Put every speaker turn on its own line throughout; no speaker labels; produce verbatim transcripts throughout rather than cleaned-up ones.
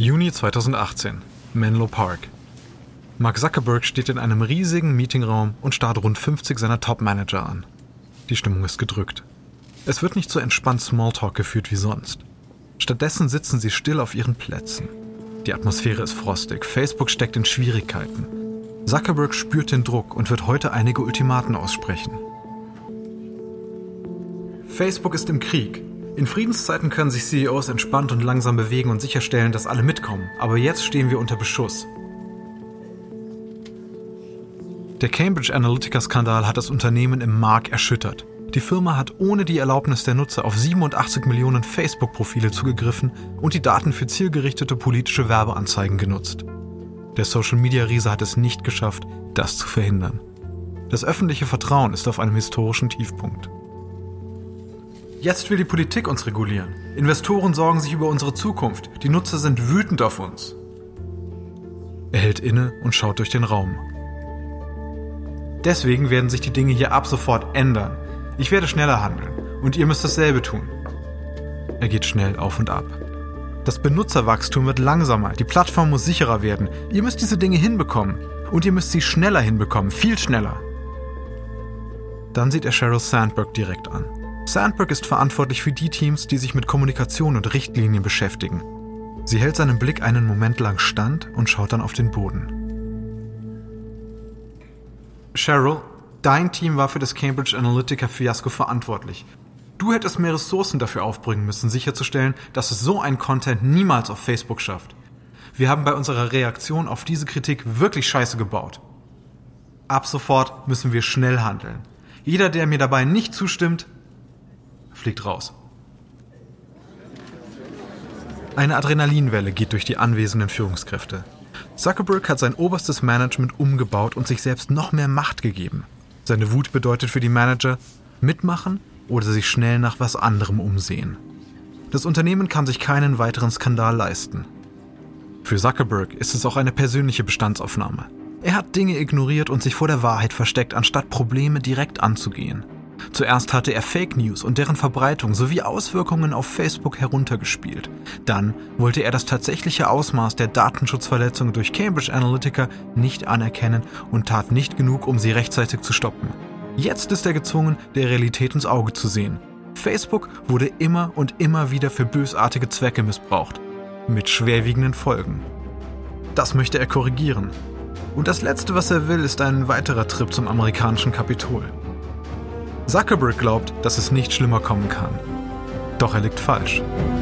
Juni zweitausendachtzehn, Menlo Park. Mark Zuckerberg steht in einem riesigen Meetingraum und starrt rund fünfzig seiner Top-Manager an. Die Stimmung ist gedrückt. Es wird nicht so entspannt Smalltalk geführt wie sonst. Stattdessen sitzen sie still auf ihren Plätzen. Die Atmosphäre ist frostig, Facebook steckt in Schwierigkeiten. Zuckerberg spürt den Druck und wird heute einige Ultimaten aussprechen. Facebook ist im Krieg. In Friedenszeiten können sich C E Os entspannt und langsam bewegen und sicherstellen, dass alle mitkommen. Aber jetzt stehen wir unter Beschuss. Der Cambridge Analytica-Skandal hat das Unternehmen im Mark erschüttert. Die Firma hat ohne die Erlaubnis der Nutzer auf siebenundachtzig Millionen Facebook-Profile zugegriffen und die Daten für zielgerichtete politische Werbeanzeigen genutzt. Der Social-Media-Riese hat es nicht geschafft, das zu verhindern. Das öffentliche Vertrauen ist auf einem historischen Tiefpunkt. Jetzt will die Politik uns regulieren. Investoren sorgen sich über unsere Zukunft. Die Nutzer sind wütend auf uns. Er hält inne und schaut durch den Raum. Deswegen werden sich die Dinge hier ab sofort ändern. Ich werde schneller handeln und ihr müsst dasselbe tun. Er geht schnell auf und ab. Das Benutzerwachstum wird langsamer, die Plattform muss sicherer werden. Ihr müsst diese Dinge hinbekommen und ihr müsst sie schneller hinbekommen, viel schneller. Dann sieht er Sheryl Sandberg direkt an. Sandberg ist verantwortlich für die Teams, die sich mit Kommunikation und Richtlinien beschäftigen. Sie hält seinen Blick einen Moment lang stand und schaut dann auf den Boden. Sheryl, dein Team war für das Cambridge Analytica-Fiasko verantwortlich. Du hättest mehr Ressourcen dafür aufbringen müssen, sicherzustellen, dass es so ein Content niemals auf Facebook schafft. Wir haben bei unserer Reaktion auf diese Kritik wirklich Scheiße gebaut. Ab sofort müssen wir schnell handeln. Jeder, der mir dabei nicht zustimmt, fliegt raus. Eine Adrenalinwelle geht durch die anwesenden Führungskräfte. Zuckerberg hat sein oberstes Management umgebaut und sich selbst noch mehr Macht gegeben. Seine Wut bedeutet für die Manager, mitmachen oder sich schnell nach was anderem umsehen. Das Unternehmen kann sich keinen weiteren Skandal leisten. Für Zuckerberg ist es auch eine persönliche Bestandsaufnahme. Er hat Dinge ignoriert und sich vor der Wahrheit versteckt, anstatt Probleme direkt anzugehen. Zuerst hatte er Fake News und deren Verbreitung sowie Auswirkungen auf Facebook heruntergespielt. Dann wollte er das tatsächliche Ausmaß der Datenschutzverletzungen durch Cambridge Analytica nicht anerkennen und tat nicht genug, um sie rechtzeitig zu stoppen. Jetzt ist er gezwungen, der Realität ins Auge zu sehen. Facebook wurde immer und immer wieder für bösartige Zwecke missbraucht. Mit schwerwiegenden Folgen. Das möchte er korrigieren. Und das Letzte, was er will, ist ein weiterer Trip zum amerikanischen Kapitol. Zuckerberg glaubt, dass es nicht schlimmer kommen kann. Doch er liegt falsch.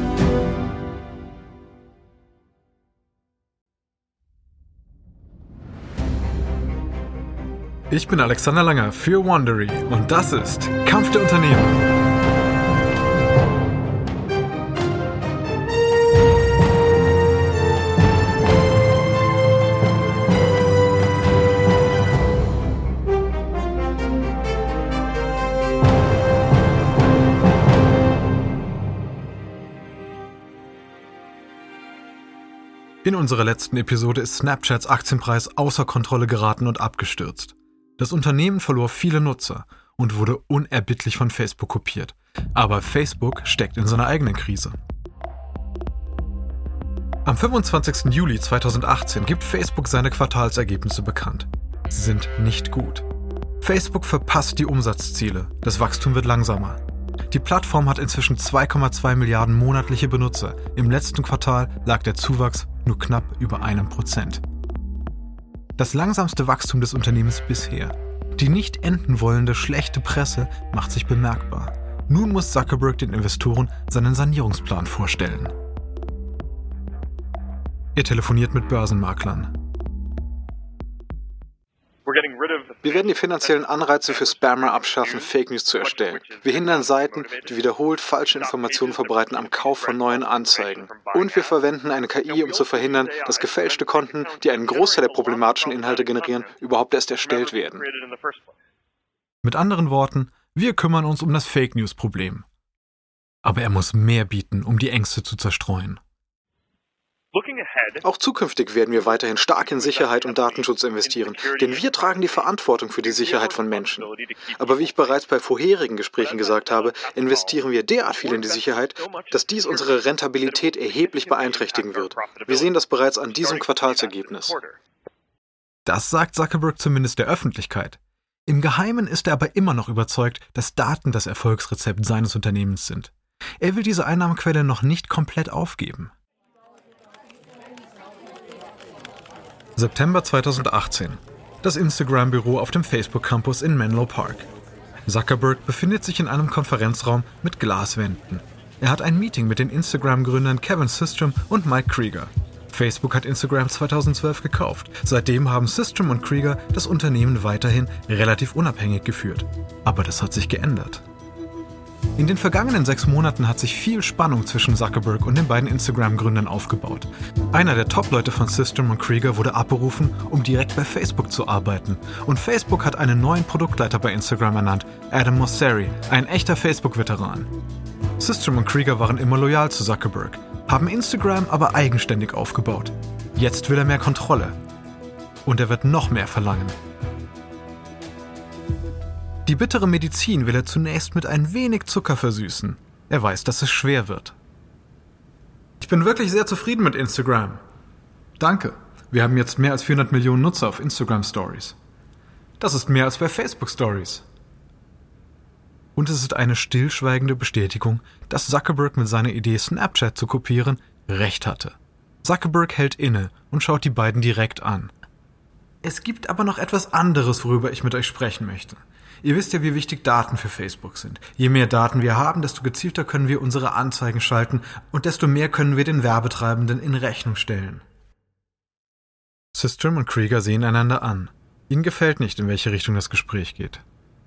Ich bin Alexander Langer für Wondery und das ist Kampf der Unternehmen. In unserer letzten Episode ist Snapchats Aktienpreis außer Kontrolle geraten und abgestürzt. Das Unternehmen verlor viele Nutzer und wurde unerbittlich von Facebook kopiert. Aber Facebook steckt in seiner eigenen Krise. Am fünfundzwanzigsten Juli zweitausendachtzehn gibt Facebook seine Quartalsergebnisse bekannt. Sie sind nicht gut. Facebook verpasst die Umsatzziele, das Wachstum wird langsamer. Die Plattform hat inzwischen zwei Komma zwei Milliarden monatliche Benutzer. Im letzten Quartal lag der Zuwachs nur knapp über einem Prozent. Das langsamste Wachstum des Unternehmens bisher. Die nicht enden wollende schlechte Presse macht sich bemerkbar. Nun muss Zuckerberg den Investoren seinen Sanierungsplan vorstellen. Er telefoniert mit Börsenmaklern. Wir werden die finanziellen Anreize für Spammer abschaffen, Fake News zu erstellen. Wir hindern Seiten, die wiederholt falsche Informationen verbreiten, am Kauf von neuen Anzeigen. Und wir verwenden eine K I, um zu verhindern, dass gefälschte Konten, die einen Großteil der problematischen Inhalte generieren, überhaupt erst erstellt werden. Mit anderen Worten, wir kümmern uns um das Fake News-Problem. Aber er muss mehr bieten, um die Ängste zu zerstreuen. Auch zukünftig werden wir weiterhin stark in Sicherheit und Datenschutz investieren, denn wir tragen die Verantwortung für die Sicherheit von Menschen. Aber wie ich bereits bei vorherigen Gesprächen gesagt habe, investieren wir derart viel in die Sicherheit, dass dies unsere Rentabilität erheblich beeinträchtigen wird. Wir sehen das bereits an diesem Quartalsergebnis. Das sagt Zuckerberg zumindest der Öffentlichkeit. Im Geheimen ist er aber immer noch überzeugt, dass Daten das Erfolgsrezept seines Unternehmens sind. Er will diese Einnahmequelle noch nicht komplett aufgeben. September zweitausendachtzehn. Das Instagram-Büro auf dem Facebook-Campus in Menlo Park. Zuckerberg befindet sich in einem Konferenzraum mit Glaswänden. Er hat ein Meeting mit den Instagram-Gründern Kevin Systrom und Mike Krieger. Facebook hat Instagram zweitausendzwölf gekauft. Seitdem haben Systrom und Krieger das Unternehmen weiterhin relativ unabhängig geführt. Aber das hat sich geändert. In den vergangenen sechs Monaten hat sich viel Spannung zwischen Zuckerberg und den beiden Instagram-Gründern aufgebaut. Einer der Top-Leute von Systrom und Krieger wurde abberufen, um direkt bei Facebook zu arbeiten. Und Facebook hat einen neuen Produktleiter bei Instagram ernannt, Adam Mosseri, ein echter Facebook-Veteran. Systrom und Krieger waren immer loyal zu Zuckerberg, haben Instagram aber eigenständig aufgebaut. Jetzt will er mehr Kontrolle. Und er wird noch mehr verlangen. Die bittere Medizin will er zunächst mit ein wenig Zucker versüßen. Er weiß, dass es schwer wird. Ich bin wirklich sehr zufrieden mit Instagram. Danke. Wir haben jetzt mehr als vierhundert Millionen Nutzer auf Instagram Stories. Das ist mehr als bei Facebook Stories. Und es ist eine stillschweigende Bestätigung, dass Zuckerberg mit seiner Idee, Snapchat zu kopieren, recht hatte. Zuckerberg hält inne und schaut die beiden direkt an. Es gibt aber noch etwas anderes, worüber ich mit euch sprechen möchte. Ihr wisst ja, wie wichtig Daten für Facebook sind. Je mehr Daten wir haben, desto gezielter können wir unsere Anzeigen schalten und desto mehr können wir den Werbetreibenden in Rechnung stellen. Systrom und Krieger sehen einander an. Ihnen gefällt nicht, in welche Richtung das Gespräch geht.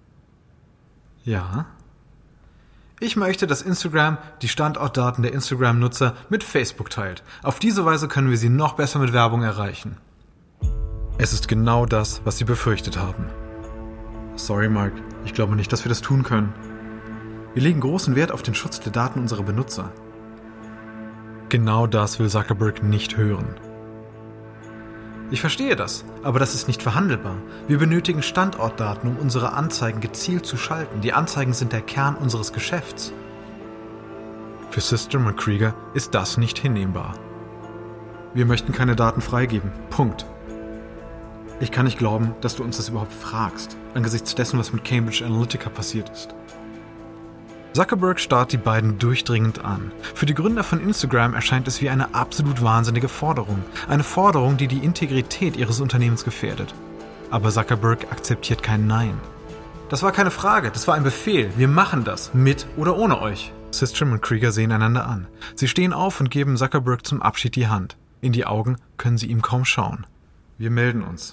Ja? Ich möchte, dass Instagram die Standortdaten der Instagram-Nutzer mit Facebook teilt. Auf diese Weise können wir sie noch besser mit Werbung erreichen. Es ist genau das, was sie befürchtet haben. Sorry, Mark, ich glaube nicht, dass wir das tun können. Wir legen großen Wert auf den Schutz der Daten unserer Benutzer. Genau das will Zuckerberg nicht hören. Ich verstehe das, aber das ist nicht verhandelbar. Wir benötigen Standortdaten, um unsere Anzeigen gezielt zu schalten. Die Anzeigen sind der Kern unseres Geschäfts. Für Systrom und Krieger ist das nicht hinnehmbar. Wir möchten keine Daten freigeben. Punkt. Ich kann nicht glauben, dass du uns das überhaupt fragst, angesichts dessen, was mit Cambridge Analytica passiert ist. Zuckerberg starrt die beiden durchdringend an. Für die Gründer von Instagram erscheint es wie eine absolut wahnsinnige Forderung. Eine Forderung, die die Integrität ihres Unternehmens gefährdet. Aber Zuckerberg akzeptiert kein Nein. Das war keine Frage, das war ein Befehl. Wir machen das, mit oder ohne euch. Systrom und Krieger sehen einander an. Sie stehen auf und geben Zuckerberg zum Abschied die Hand. In die Augen können sie ihm kaum schauen. Wir melden uns.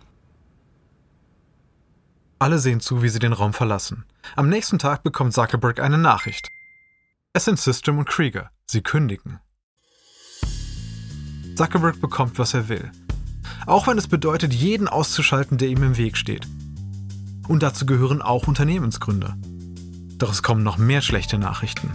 Alle sehen zu, wie sie den Raum verlassen. Am nächsten Tag bekommt Zuckerberg eine Nachricht. Es sind Systrom und Krieger. Sie kündigen. Zuckerberg bekommt, was er will. Auch wenn es bedeutet, jeden auszuschalten, der ihm im Weg steht. Und dazu gehören auch Unternehmensgründer. Doch es kommen noch mehr schlechte Nachrichten.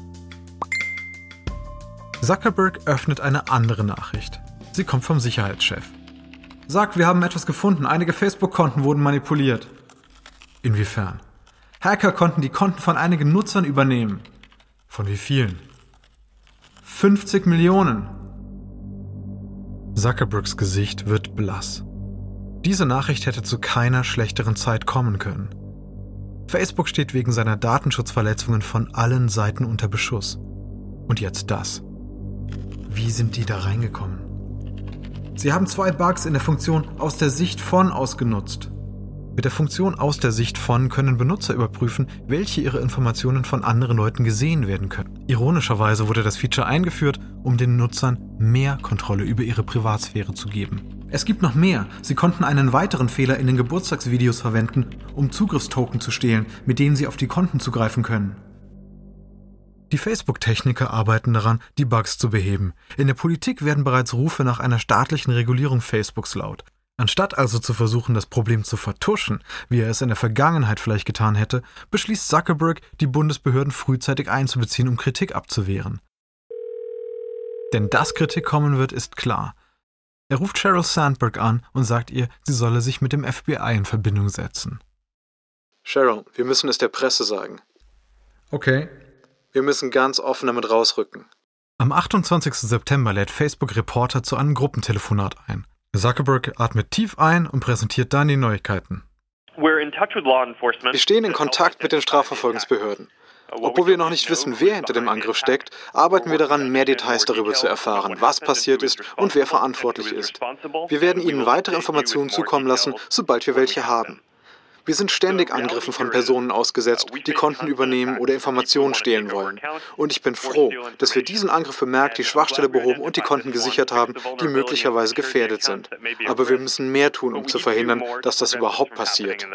Zuckerberg öffnet eine andere Nachricht. Sie kommt vom Sicherheitschef. Sagt, wir haben etwas gefunden. Einige Facebook-Konten wurden manipuliert. Inwiefern? Hacker konnten die Konten von einigen Nutzern übernehmen. Von wie vielen? fünfzig Millionen. Zuckerbergs Gesicht wird blass. Diese Nachricht hätte zu keiner schlechteren Zeit kommen können. Facebook steht wegen seiner Datenschutzverletzungen von allen Seiten unter Beschuss. Und jetzt das. Wie sind die da reingekommen? Sie haben zwei Bugs in der Funktion aus der Sicht von ausgenutzt. Mit der Funktion aus der Sicht von können Benutzer überprüfen, welche ihre Informationen von anderen Leuten gesehen werden können. Ironischerweise wurde das Feature eingeführt, um den Nutzern mehr Kontrolle über ihre Privatsphäre zu geben. Es gibt noch mehr. Sie konnten einen weiteren Fehler in den Geburtstagsvideos verwenden, um Zugriffstoken zu stehlen, mit denen sie auf die Konten zugreifen können. Die Facebook-Techniker arbeiten daran, die Bugs zu beheben. In der Politik werden bereits Rufe nach einer staatlichen Regulierung Facebooks laut. Anstatt also zu versuchen, das Problem zu vertuschen, wie er es in der Vergangenheit vielleicht getan hätte, beschließt Zuckerberg, die Bundesbehörden frühzeitig einzubeziehen, um Kritik abzuwehren. Denn dass Kritik kommen wird, ist klar. Er ruft Sheryl Sandberg an und sagt ihr, sie solle sich mit dem F B I in Verbindung setzen.
Sheryl, wir müssen es der Presse sagen.
Okay.
Wir müssen ganz offen damit rausrücken.
Am achtundzwanzigsten September lädt Facebook Reporter zu einem Gruppentelefonat ein. Zuckerberg atmet tief ein und präsentiert dann die Neuigkeiten.
Wir stehen in Kontakt mit den Strafverfolgungsbehörden. Obwohl wir noch nicht wissen, wer hinter dem Angriff steckt, arbeiten wir daran, mehr Details darüber zu erfahren, was passiert ist und wer verantwortlich ist. Wir werden Ihnen weitere Informationen zukommen lassen, sobald wir welche haben. Wir sind ständig Angriffen von Personen ausgesetzt, die Konten übernehmen oder Informationen stehlen wollen. Und ich bin froh, dass wir diesen Angriff bemerkt, die Schwachstelle behoben und die Konten gesichert haben, die möglicherweise gefährdet sind. Aber wir müssen mehr tun, um zu verhindern, dass das überhaupt passiert.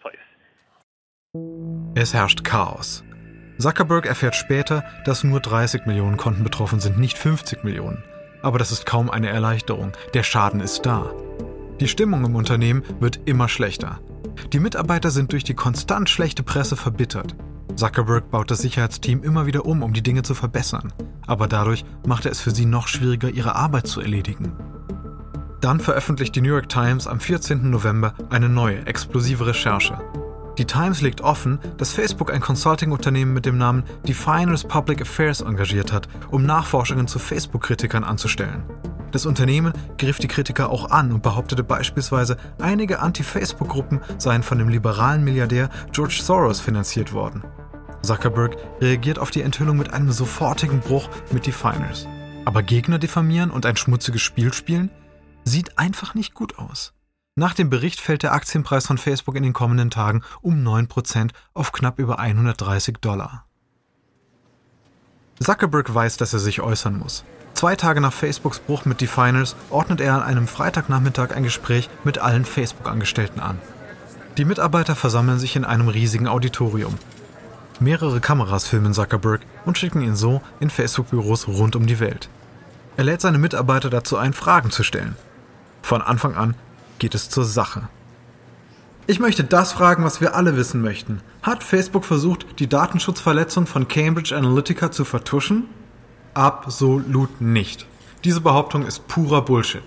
Es herrscht Chaos. Zuckerberg erfährt später, dass nur dreißig Millionen Konten betroffen sind, nicht fünfzig Millionen. Aber das ist kaum eine Erleichterung. Der Schaden ist da. Die Stimmung im Unternehmen wird immer schlechter. Die Mitarbeiter sind durch die konstant schlechte Presse verbittert. Zuckerberg baut das Sicherheitsteam immer wieder um, um die Dinge zu verbessern. Aber dadurch macht er es für sie noch schwieriger, ihre Arbeit zu erledigen. Dann veröffentlicht die New York Times am vierzehnten November eine neue, explosive Recherche. Die Times legt offen, dass Facebook ein Consulting-Unternehmen mit dem Namen Definers Public Affairs engagiert hat, um Nachforschungen zu Facebook-Kritikern anzustellen. Das Unternehmen griff die Kritiker auch an und behauptete beispielsweise, einige Anti-Facebook-Gruppen seien von dem liberalen Milliardär George Soros finanziert worden. Zuckerberg reagiert auf die Enthüllung mit einem sofortigen Bruch mit Definers. Aber Gegner diffamieren und ein schmutziges Spiel spielen? Sieht einfach nicht gut aus. Nach dem Bericht fällt der Aktienpreis von Facebook in den kommenden Tagen um neun Prozent auf knapp über hundertdreißig Dollar. Zuckerberg weiß, dass er sich äußern muss. Zwei Tage nach Facebooks Bruch mit Definers ordnet er an einem Freitagnachmittag ein Gespräch mit allen Facebook-Angestellten an. Die Mitarbeiter versammeln sich in einem riesigen Auditorium. Mehrere Kameras filmen Zuckerberg und schicken ihn so in Facebook-Büros rund um die Welt. Er lädt seine Mitarbeiter dazu ein, Fragen zu stellen. Von Anfang an geht es zur Sache. Ich möchte das fragen, was wir alle wissen möchten. Hat Facebook versucht, die Datenschutzverletzung von Cambridge Analytica zu vertuschen? Absolut nicht. Diese Behauptung ist purer Bullshit.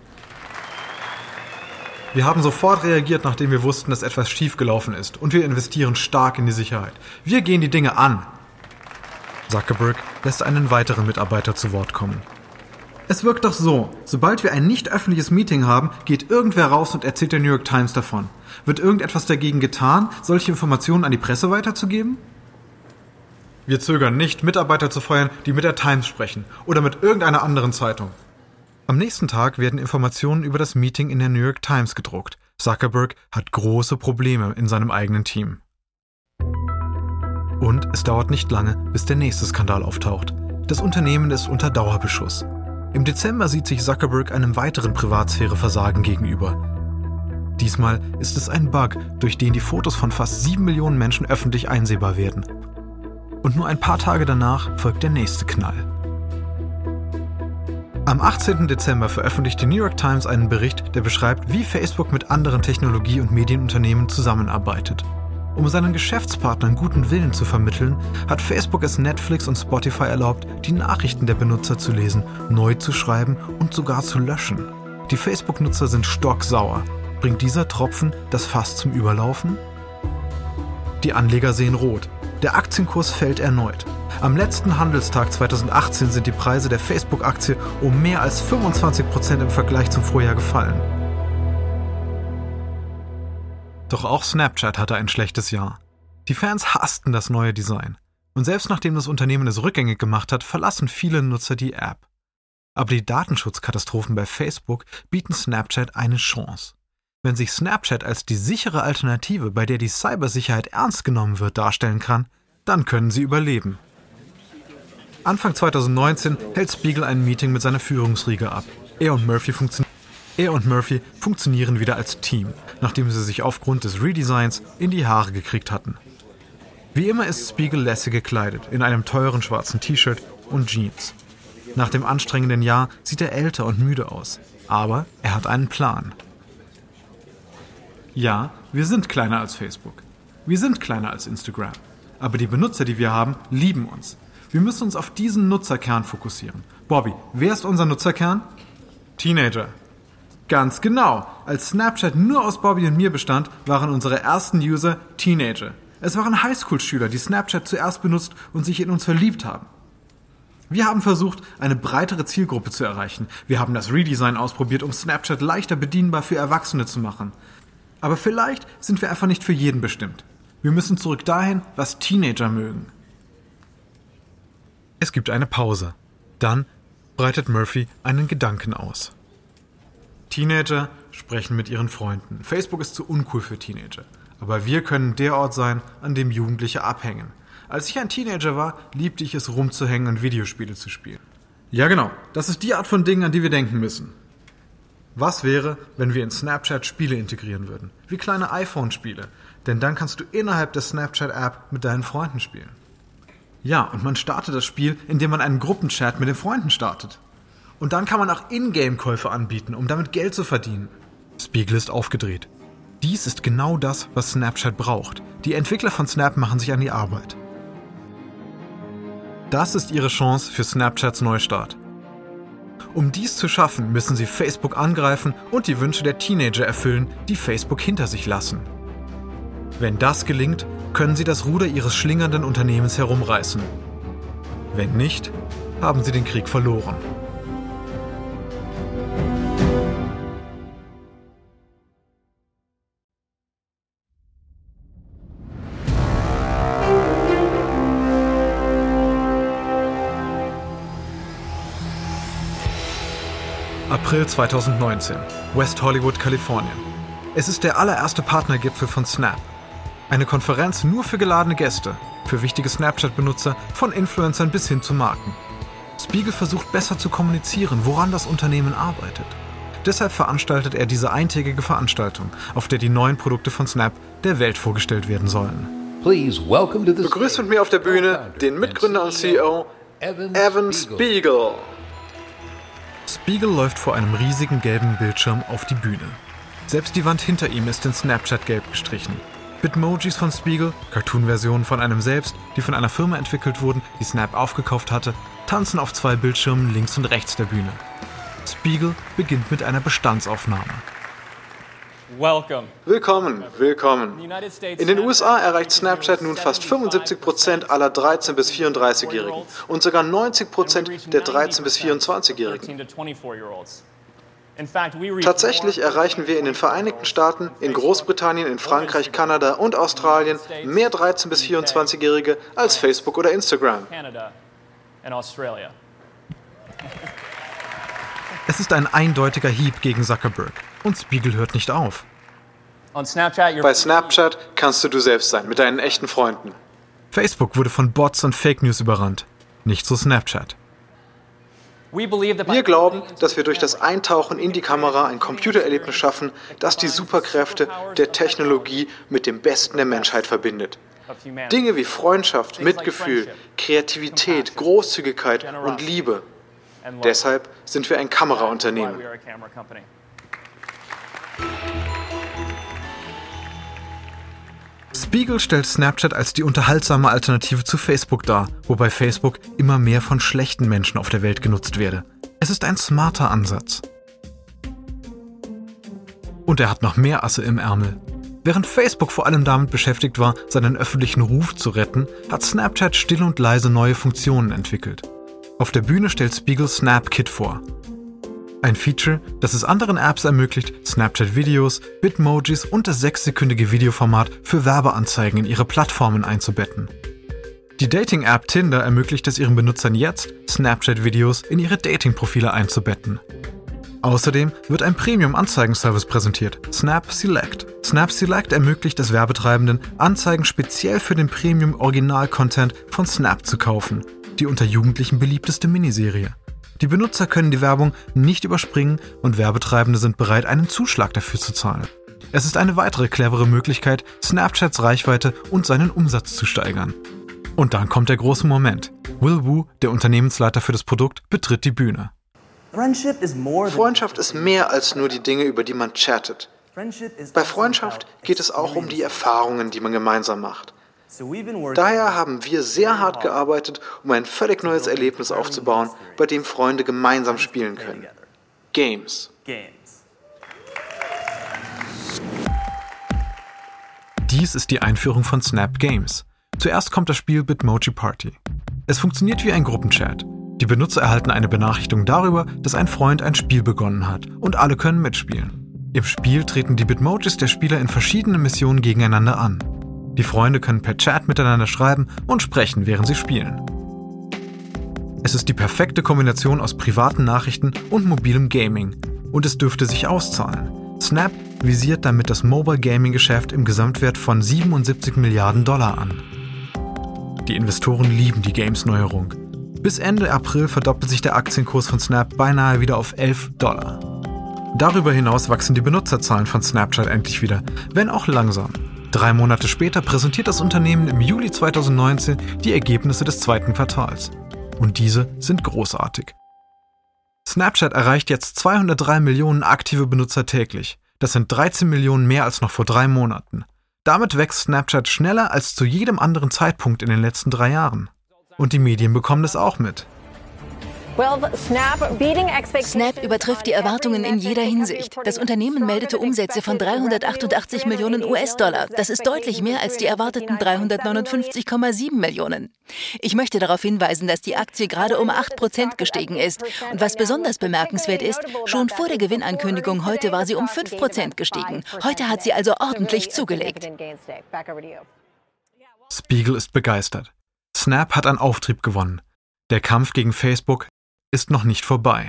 Wir haben sofort reagiert, nachdem wir wussten, dass etwas schiefgelaufen ist, und wir investieren stark in die Sicherheit. Wir gehen die Dinge an. Zuckerberg lässt einen weiteren Mitarbeiter zu Wort kommen. Es wirkt doch so, sobald wir ein nicht öffentliches Meeting haben, geht irgendwer raus und erzählt der New York Times davon. Wird irgendetwas dagegen getan, solche Informationen an die Presse weiterzugeben? Wir zögern nicht, Mitarbeiter zu feuern, die mit der Times sprechen oder mit irgendeiner anderen Zeitung. Am nächsten Tag werden Informationen über das Meeting in der New York Times gedruckt. Zuckerberg hat große Probleme in seinem eigenen Team. Und es dauert nicht lange, bis der nächste Skandal auftaucht. Das Unternehmen ist unter Dauerbeschuss. Im Dezember sieht sich Zuckerberg einem weiteren Privatsphäreversagen gegenüber. Diesmal ist es ein Bug, durch den die Fotos von fast sieben Millionen Menschen öffentlich einsehbar werden. Und nur ein paar Tage danach folgt der nächste Knall. Am achtzehnten Dezember veröffentlicht die New York Times einen Bericht, der beschreibt, wie Facebook mit anderen Technologie- und Medienunternehmen zusammenarbeitet. Um seinen Geschäftspartnern guten Willen zu vermitteln, hat Facebook es Netflix und Spotify erlaubt, die Nachrichten der Benutzer zu lesen, neu zu schreiben und sogar zu löschen. Die Facebook-Nutzer sind stocksauer. Bringt dieser Tropfen das Fass zum Überlaufen? Die Anleger sehen rot. Der Aktienkurs fällt erneut. Am letzten Handelstag zweitausendachtzehn sind die Preise der Facebook-Aktie um mehr als fünfundzwanzig Prozent im Vergleich zum Vorjahr gefallen. Doch auch Snapchat hatte ein schlechtes Jahr. Die Fans hassten das neue Design. Und selbst nachdem das Unternehmen es rückgängig gemacht hat, verlassen viele Nutzer die App. Aber die Datenschutzkatastrophen bei Facebook bieten Snapchat eine Chance. Wenn sich Snapchat als die sichere Alternative, bei der die Cybersicherheit ernst genommen wird, darstellen kann, dann können sie überleben. Anfang zweitausendneunzehn hält Spiegel ein Meeting mit seiner Führungsriege ab. Er und Murphy funktionieren. Er und Murphy funktionieren wieder als Team, nachdem sie sich aufgrund des Redesigns in die Haare gekriegt hatten. Wie immer ist Spiegel lässig gekleidet, in einem teuren schwarzen T-Shirt und Jeans. Nach dem anstrengenden Jahr sieht er älter und müde aus, aber er hat einen Plan. Ja, wir sind kleiner als Facebook. Wir sind kleiner als Instagram. Aber die Benutzer, die wir haben, lieben uns. Wir müssen uns auf diesen Nutzerkern fokussieren. Bobby, wer ist unser Nutzerkern? Teenager. Ganz genau. Als Snapchat nur aus Bobby und mir bestand, waren unsere ersten User Teenager. Es waren Highschool-Schüler, die Snapchat zuerst benutzt und sich in uns verliebt haben. Wir haben versucht, eine breitere Zielgruppe zu erreichen. Wir haben das Redesign ausprobiert, um Snapchat leichter bedienbar für Erwachsene zu machen. Aber vielleicht sind wir einfach nicht für jeden bestimmt. Wir müssen zurück dahin, was Teenager mögen. Es gibt eine Pause. Dann breitet Murphy einen Gedanken aus. Teenager sprechen mit ihren Freunden. Facebook ist zu uncool für Teenager. Aber wir können der Ort sein, an dem Jugendliche abhängen. Als ich ein Teenager war, liebte ich es, rumzuhängen und Videospiele zu spielen. Ja genau, das ist die Art von Dingen, an die wir denken müssen. Was wäre, wenn wir in Snapchat Spiele integrieren würden? Wie kleine iPhone-Spiele. Denn dann kannst du innerhalb der Snapchat-App mit deinen Freunden spielen. Ja, und man startet das Spiel, indem man einen Gruppenchat mit den Freunden startet. Und dann kann man auch Ingame-Käufe anbieten, um damit Geld zu verdienen. Spiegel ist aufgedreht. Dies ist genau das, was Snapchat braucht. Die Entwickler von Snap machen sich an die Arbeit. Das ist ihre Chance für Snapchats Neustart. Um dies zu schaffen, müssen sie Facebook angreifen und die Wünsche der Teenager erfüllen, die Facebook hinter sich lassen. Wenn das gelingt, können sie das Ruder ihres schlingernden Unternehmens herumreißen. Wenn nicht, haben sie den Krieg verloren. April zweitausendneunzehn, West Hollywood, Kalifornien. Es ist der allererste Partnergipfel von Snap. Eine Konferenz nur für geladene Gäste, für wichtige Snapchat-Benutzer, von Influencern bis hin zu Marken. Spiegel versucht besser zu kommunizieren, woran das Unternehmen arbeitet. Deshalb veranstaltet er diese eintägige Veranstaltung, auf der die neuen Produkte von Snap der Welt vorgestellt werden sollen.
Begrüßt mit mir auf der Bühne den Mitgründer und C E O Evan Spiegel.
Spiegel läuft vor einem riesigen gelben Bildschirm auf die Bühne. Selbst die Wand hinter ihm ist in Snapchat gelb gestrichen. Bitmojis von Spiegel, Cartoon-Versionen von einem selbst, die von einer Firma entwickelt wurden, die Snap aufgekauft hatte, tanzen auf zwei Bildschirmen links und rechts der Bühne. Spiegel beginnt mit einer Bestandsaufnahme.
Willkommen, willkommen. In den U S A erreicht Snapchat nun fast fünfundsiebzig Prozent aller dreizehn- bis vierunddreißigjährigen und sogar neunzig Prozent der dreizehn- bis vierundzwanzigjährigen. Tatsächlich erreichen wir in den Vereinigten Staaten, in Großbritannien, in Frankreich, Kanada und Australien mehr dreizehn- bis vierundzwanzigjährige als Facebook oder Instagram.
Es ist ein eindeutiger Hieb gegen Zuckerberg. Und Spiegel hört nicht auf.
Bei Snapchat kannst du du selbst sein, mit deinen echten Freunden.
Facebook wurde von Bots und Fake News überrannt. Nicht so Snapchat.
Wir glauben, dass wir durch das Eintauchen in die Kamera ein Computererlebnis schaffen, das die Superkräfte der Technologie mit dem Besten der Menschheit verbindet. Dinge wie Freundschaft, Mitgefühl, Kreativität, Großzügigkeit und Liebe. Deshalb sind wir ein Kameraunternehmen.
Spiegel stellt Snapchat als die unterhaltsame Alternative zu Facebook dar, wobei Facebook immer mehr von schlechten Menschen auf der Welt genutzt werde. Es ist ein smarter Ansatz. Und er hat noch mehr Asse im Ärmel. Während Facebook vor allem damit beschäftigt war, seinen öffentlichen Ruf zu retten, hat Snapchat still und leise neue Funktionen entwickelt. Auf der Bühne stellt Spiegel SnapKit vor. Ein Feature, das es anderen Apps ermöglicht, Snapchat-Videos, Bitmojis und das sechssekündige Videoformat für Werbeanzeigen in ihre Plattformen einzubetten. Die Dating-App Tinder ermöglicht es ihren Benutzern jetzt, Snapchat-Videos in ihre Dating-Profile einzubetten. Außerdem wird ein Premium-Anzeigenservice präsentiert, Snap Select. Snap Select ermöglicht es Werbetreibenden, Anzeigen speziell für den Premium-Original-Content von Snap zu kaufen, die unter Jugendlichen beliebteste Miniserie. Die Benutzer können die Werbung nicht überspringen und Werbetreibende sind bereit, einen Zuschlag dafür zu zahlen. Es ist eine weitere clevere Möglichkeit, Snapchats Reichweite und seinen Umsatz zu steigern. Und dann kommt der große Moment. Will Wu, der Unternehmensleiter für das Produkt, betritt die Bühne.
Freundschaft ist mehr als nur die Dinge, über die man chattet. Bei Freundschaft geht es auch um die Erfahrungen, die man gemeinsam macht. Daher haben wir sehr hart gearbeitet, um ein völlig neues Erlebnis aufzubauen, bei dem Freunde gemeinsam spielen können. Games.
Dies ist die Einführung von Snap Games. Zuerst kommt das Spiel Bitmoji Party. Es funktioniert wie ein Gruppenchat. Die Benutzer erhalten eine Benachrichtigung darüber, dass ein Freund ein Spiel begonnen hat und alle können mitspielen. Im Spiel treten die Bitmojis der Spieler in verschiedenen Missionen gegeneinander an. Die Freunde können per Chat miteinander schreiben und sprechen, während sie spielen. Es ist die perfekte Kombination aus privaten Nachrichten und mobilem Gaming und es dürfte sich auszahlen. Snap visiert damit das Mobile Gaming Geschäft im Gesamtwert von siebenundsiebzig Milliarden Dollar an. Die Investoren lieben die Games-Neuerung. Bis Ende April verdoppelt sich der Aktienkurs von Snap beinahe wieder auf elf Dollar. Darüber hinaus wachsen die Benutzerzahlen von Snapchat endlich wieder, wenn auch langsam. Drei Monate später präsentiert das Unternehmen im Juli zweitausendneunzehn die Ergebnisse des zweiten Quartals. Und diese sind großartig. Snapchat erreicht jetzt zweihundertdrei Millionen aktive Benutzer täglich. Das sind dreizehn Millionen mehr als noch vor drei Monaten. Damit wächst Snapchat schneller als zu jedem anderen Zeitpunkt in den letzten drei Jahren. Und die Medien bekommen es auch mit.
Snap übertrifft die Erwartungen in jeder Hinsicht. Das Unternehmen meldete Umsätze von dreihundertachtundachtzig Millionen U S-Dollar. Das ist deutlich mehr als die erwarteten dreihundertneunundfünfzig Komma sieben Millionen. Ich möchte darauf hinweisen, dass die Aktie gerade um acht Prozent gestiegen ist. Und was besonders bemerkenswert ist, schon vor der Gewinnankündigung heute war sie um fünf Prozent gestiegen. Heute hat sie also ordentlich zugelegt.
Spiegel ist begeistert. Snap hat an Auftrieb gewonnen. Der Kampf gegen Facebook ist noch nicht vorbei.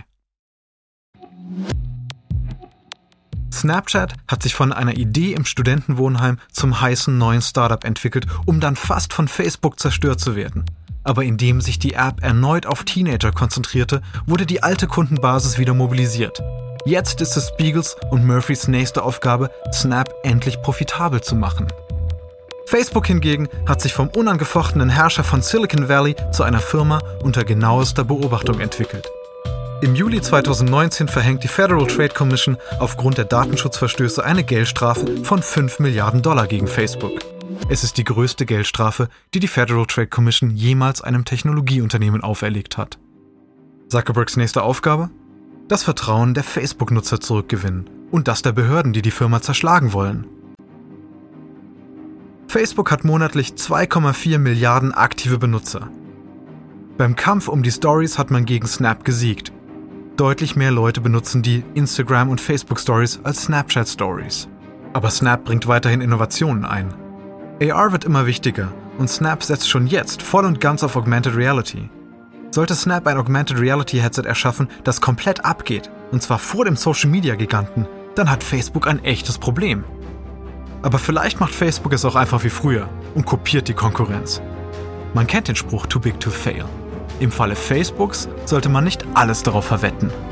Snapchat hat sich von einer Idee im Studentenwohnheim zum heißen neuen Startup entwickelt, um dann fast von Facebook zerstört zu werden. Aber indem sich die App erneut auf Teenager konzentrierte, wurde die alte Kundenbasis wieder mobilisiert. Jetzt ist es Spiegels und Murphys nächste Aufgabe, Snap endlich profitabel zu machen. Facebook hingegen hat sich vom unangefochtenen Herrscher von Silicon Valley zu einer Firma unter genauester Beobachtung entwickelt. Im Juli zweitausendneunzehn verhängt die Federal Trade Commission aufgrund der Datenschutzverstöße eine Geldstrafe von fünf Milliarden Dollar gegen Facebook. Es ist die größte Geldstrafe, die die Federal Trade Commission jemals einem Technologieunternehmen auferlegt hat. Zuckerbergs nächste Aufgabe? Das Vertrauen der Facebook-Nutzer zurückgewinnen und das der Behörden, die die Firma zerschlagen wollen. Facebook hat monatlich zwei Komma vier Milliarden aktive Benutzer. Beim Kampf um die Stories hat man gegen Snap gesiegt. Deutlich mehr Leute benutzen die Instagram- und Facebook-Stories als Snapchat-Stories. Aber Snap bringt weiterhin Innovationen ein. A R wird immer wichtiger und Snap setzt schon jetzt voll und ganz auf Augmented Reality. Sollte Snap ein Augmented Reality-Headset erschaffen, das komplett abgeht, und zwar vor dem Social-Media-Giganten, dann hat Facebook ein echtes Problem. Aber vielleicht macht Facebook es auch einfach wie früher und kopiert die Konkurrenz. Man kennt den Spruch too big to fail. Im Falle Facebooks sollte man nicht alles darauf verwetten.